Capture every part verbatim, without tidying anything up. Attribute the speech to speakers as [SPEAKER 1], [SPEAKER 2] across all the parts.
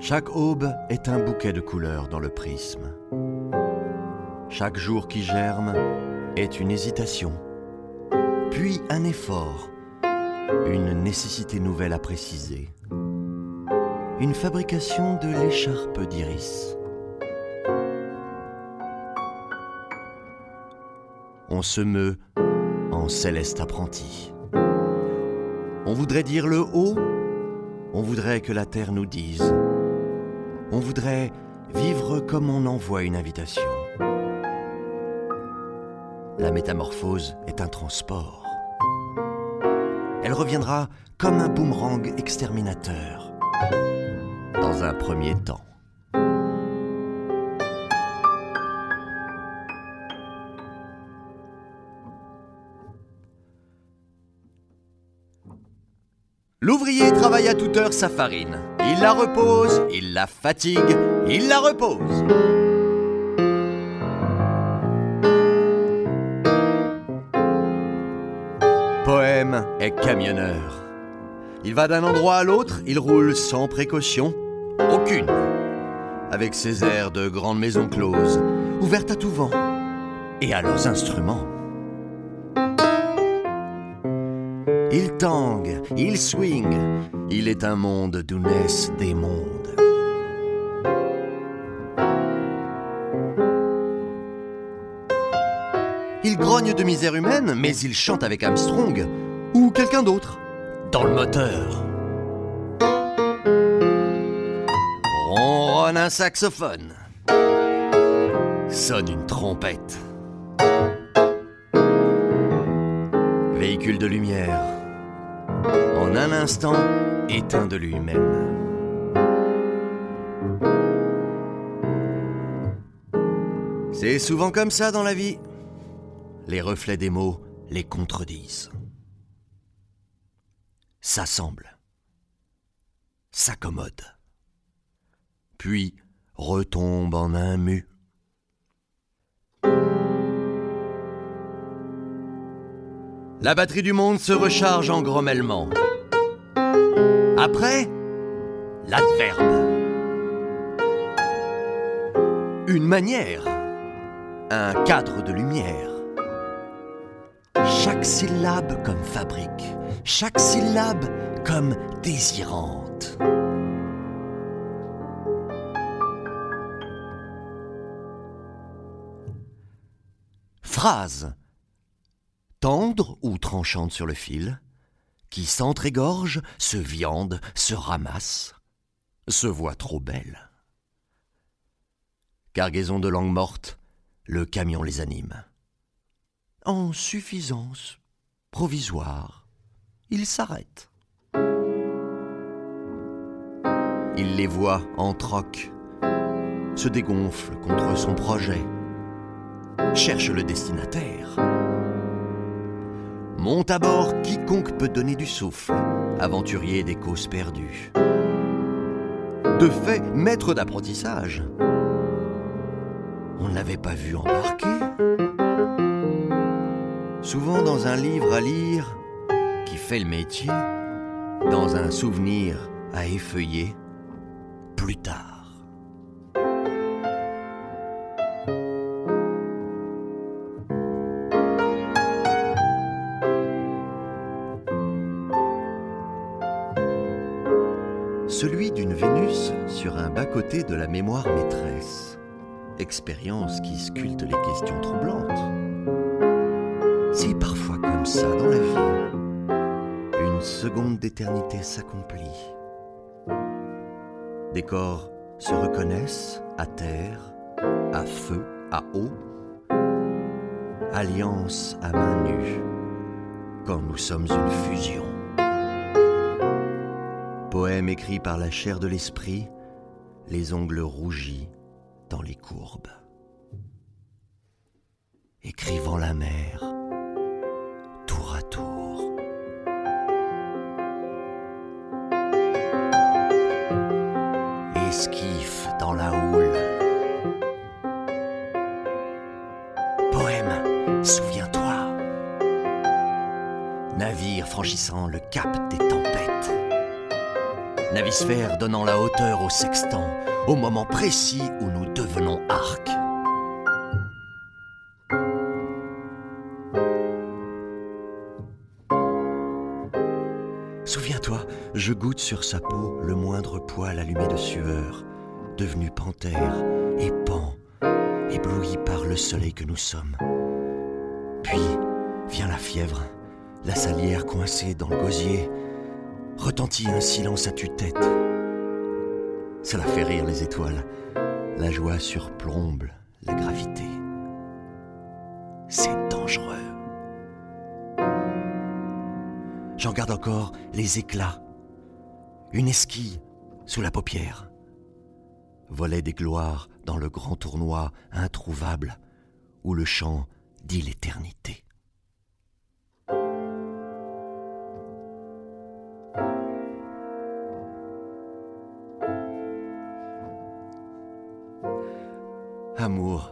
[SPEAKER 1] Chaque aube est un bouquet de couleurs dans le prisme. Chaque jour qui germe est une hésitation, puis un effort, une nécessité nouvelle à préciser, une fabrication de l'écharpe d'iris. On se meut en céleste apprenti. On voudrait dire le haut, on voudrait que la terre nous dise. On voudrait vivre comme on envoie une invitation. La métamorphose est un transport. Elle reviendra comme un boomerang exterminateur, dans un premier temps. L'ouvrier travaille à toute heure sa farine. Il la repose, il la fatigue, il la repose. Poème est camionneur. Il va d'un endroit à l'autre, il roule sans précaution, aucune. Avec ses airs de grande maison close, ouverte à tout vent, et à leurs instruments. Il tangue, il swing, il est un monde d'où naissent des mondes. Il grogne de misère humaine, mais il chante avec Armstrong ou quelqu'un d'autre, dans le moteur. Ronronne un saxophone, sonne une trompette. Véhicule de lumière, en un instant, éteint de lui-même. C'est souvent comme ça dans la vie. Les reflets des mots les contredisent. S'assemblent, s'accommodent, puis retombent en un mu. La batterie du monde se recharge en grommellement. Après, l'adverbe. Une manière, un cadre de lumière. Chaque syllabe comme fabrique, chaque syllabe comme désirante. Phrase. Tendre ou tranchante sur le fil, qui s'entrégorge, se viande, se ramasse, se voit trop belle. Cargaison de langue morte, le camion les anime. En suffisance provisoire, il s'arrête. Il les voit en troc, se dégonfle contre son projet, cherche le destinataire. Monte à bord quiconque peut donner du souffle, aventurier des causes perdues. De fait, maître d'apprentissage. On ne l'avait pas vu embarquer. Souvent dans un livre à lire qui fait le métier, dans un souvenir à effeuiller plus tard. Celui d'une Vénus sur un bas-côté de la mémoire maîtresse. Expérience qui sculpte les questions troublantes. C'est parfois comme ça dans la vie. Une seconde d'éternité s'accomplit. Des corps se reconnaissent à terre, à feu, à eau. Alliance à main nue, quand nous sommes une fusion. Poème écrit par la chair de l'esprit, les ongles rougis dans les courbes. Écrivant la mer, tour à tour. Esquif dans la houle. Poème, souviens-toi. Navire franchissant le cap des tempêtes. navisphère donnant la hauteur au sextant, au moment précis où nous devenons arc. Souviens-toi, je goûte sur sa peau le moindre poil allumé de sueur, devenu panthère et pan, ébloui par le soleil que nous sommes. Puis vient la fièvre, la salière coincée dans le gosier, retentit un silence à tue-tête. Cela fait rire les étoiles, la joie surplombe la gravité. C'est dangereux. J'en garde encore les éclats, une esquille sous la paupière. Volet des gloires dans le grand tournoi introuvable où le chant dit l'éternité. Amour,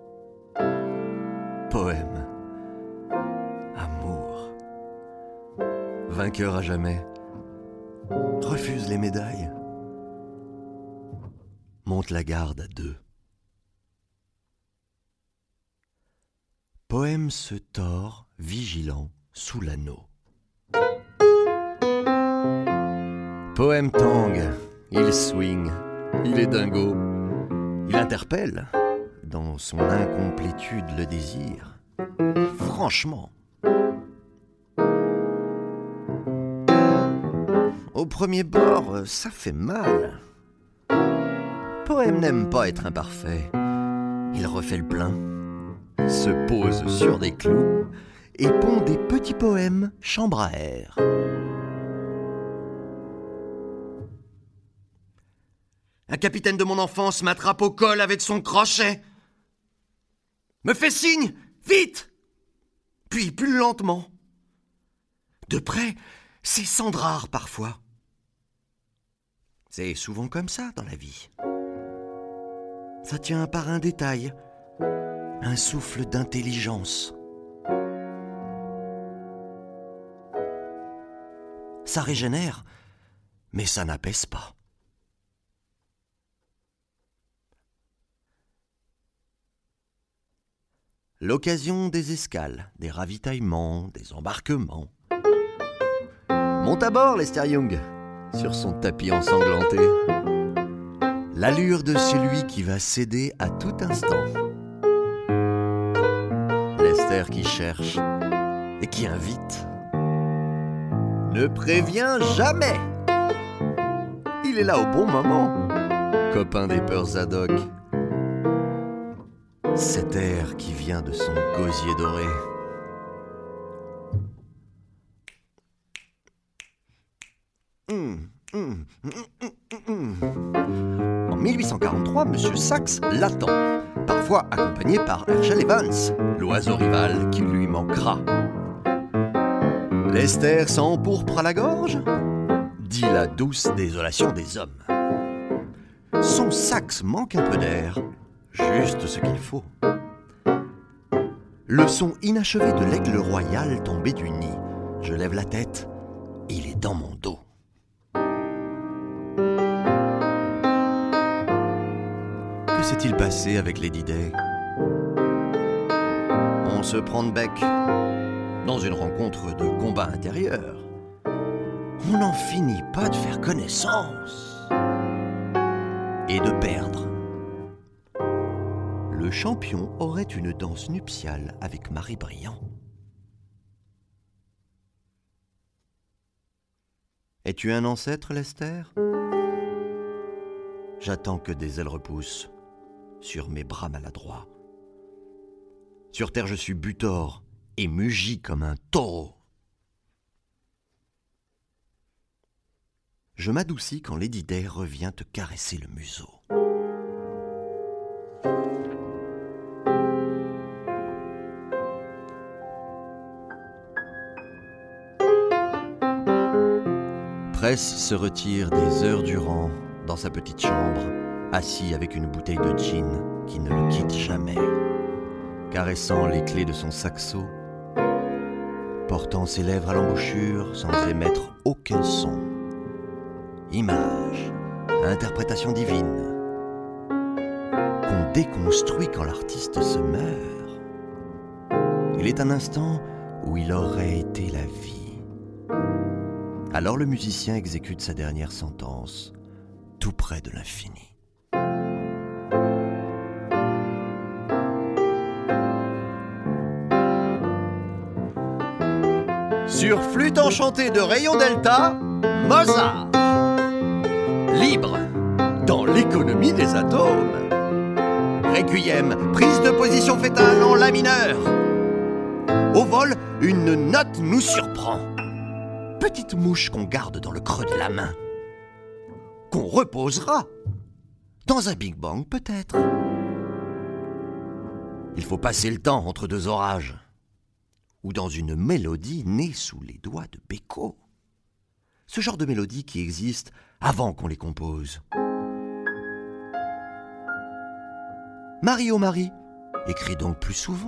[SPEAKER 1] poème, amour, vainqueur à jamais, refuse les médailles, monte la garde à deux. Poème se tord, vigilant, sous l'anneau. Poème tangue, il swing, il est dingo, il interpelle, dans son incomplétude le désir. Franchement. Au premier bord, ça fait mal. Poème n'aime pas être imparfait. Il refait le plein, se pose sur des clous et pond des petits poèmes chambre à air. Un capitaine de mon enfance m'attrape au col avec son crochet, me fait signe, vite, puis plus lentement. De près, c'est Sandrard parfois. C'est souvent comme ça dans la vie. Ça tient par un détail, un souffle d'intelligence. Ça régénère, mais ça n'apaise pas. L'occasion des escales, des ravitaillements, des embarquements. Monte à bord, Lester Young, sur son tapis ensanglanté. L'allure de celui qui va céder à tout instant. Lester qui cherche et qui invite. Ne prévient jamais. Il est là au bon moment, copain des peurs ad hoc. Cet air qui vient de son gosier doré. Mmh, mmh, mmh, mmh, mmh. En mille huit cent quarante-trois, Monsieur Sachs l'attend, parfois accompagné par Herschel Evans, l'oiseau rival qui lui manquera. Lester s'empourpre à la gorge, dit la douce désolation des hommes. Son Saxe manque un peu d'air, juste ce qu'il faut. Le son inachevé de l'aigle royal tombé du nid. Je lève la tête, il est dans mon dos. Que s'est-il passé avec Lady Day ? On se prend de bec dans une rencontre de combat intérieur. On n'en finit pas de faire connaissance et de perdre. Le champion aurait une danse nuptiale avec Marie Briand. Es-tu un ancêtre, Lester ? J'attends que des ailes repoussent sur mes bras maladroits. Sur terre, je suis butor et mugis comme un taureau. Je m'adoucis quand Lady Day revient te caresser le museau. Press se retire des heures durant dans sa petite chambre, assis avec une bouteille de gin qui ne le quitte jamais, caressant les clés de son saxo, portant ses lèvres à l'embouchure sans émettre aucun son. images, interprétation divine, qu'on déconstruit quand l'artiste se meurt. Il est un instant où il aurait été la vie. Alors le musicien exécute sa dernière sentence, tout près de l'infini. Sur Flûte enchantée de rayon delta, Mozart. Libre dans l'économie des atomes. Requiem, prise de position fétale en la mineur. Au vol, une note nous surprend. Petite mouche qu'on garde dans le creux de la main. Qu'on reposera. Dans un Big Bang peut-être. Il faut passer le temps entre deux orages. Ou dans une mélodie née sous les doigts de Beko. Ce genre de mélodie qui existe avant qu'on les compose. Marie oh Marie, écrit donc plus souvent.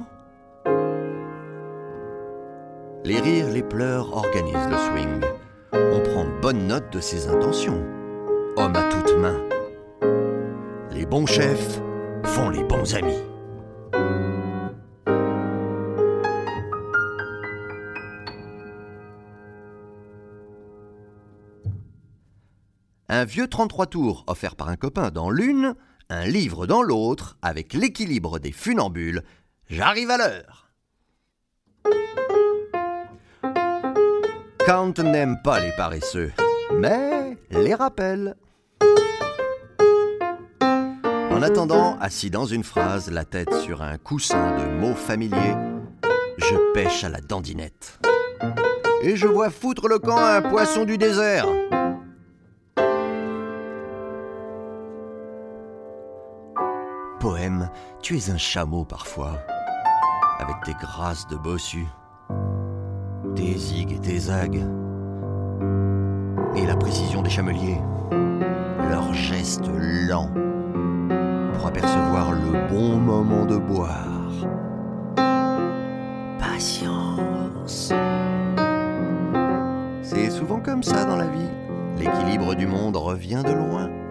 [SPEAKER 1] Les rires, les pleurs organisent le swing. On prend bonne note de ses intentions. Homme à toutes mains. Les bons chefs font les bons amis. Un vieux trente-trois tours offert par un copain dans l'une, un livre dans l'autre, avec l'équilibre des funambules. J'arrive à l'heure. Kant n'aime pas les paresseux, mais les rappelle. En attendant, assis dans une phrase, la tête sur un coussin de mots familiers, je pêche à la dandinette. Et je vois foutre le camp à un poisson du désert. Poème, tu es un chameau parfois, avec tes grâces de bossu, tes zigues et tes zagues, et la précision des chameliers, leurs gestes lents, pour apercevoir le bon moment de boire. Patience. C'est souvent comme ça dans la vie, l'équilibre du monde revient de loin.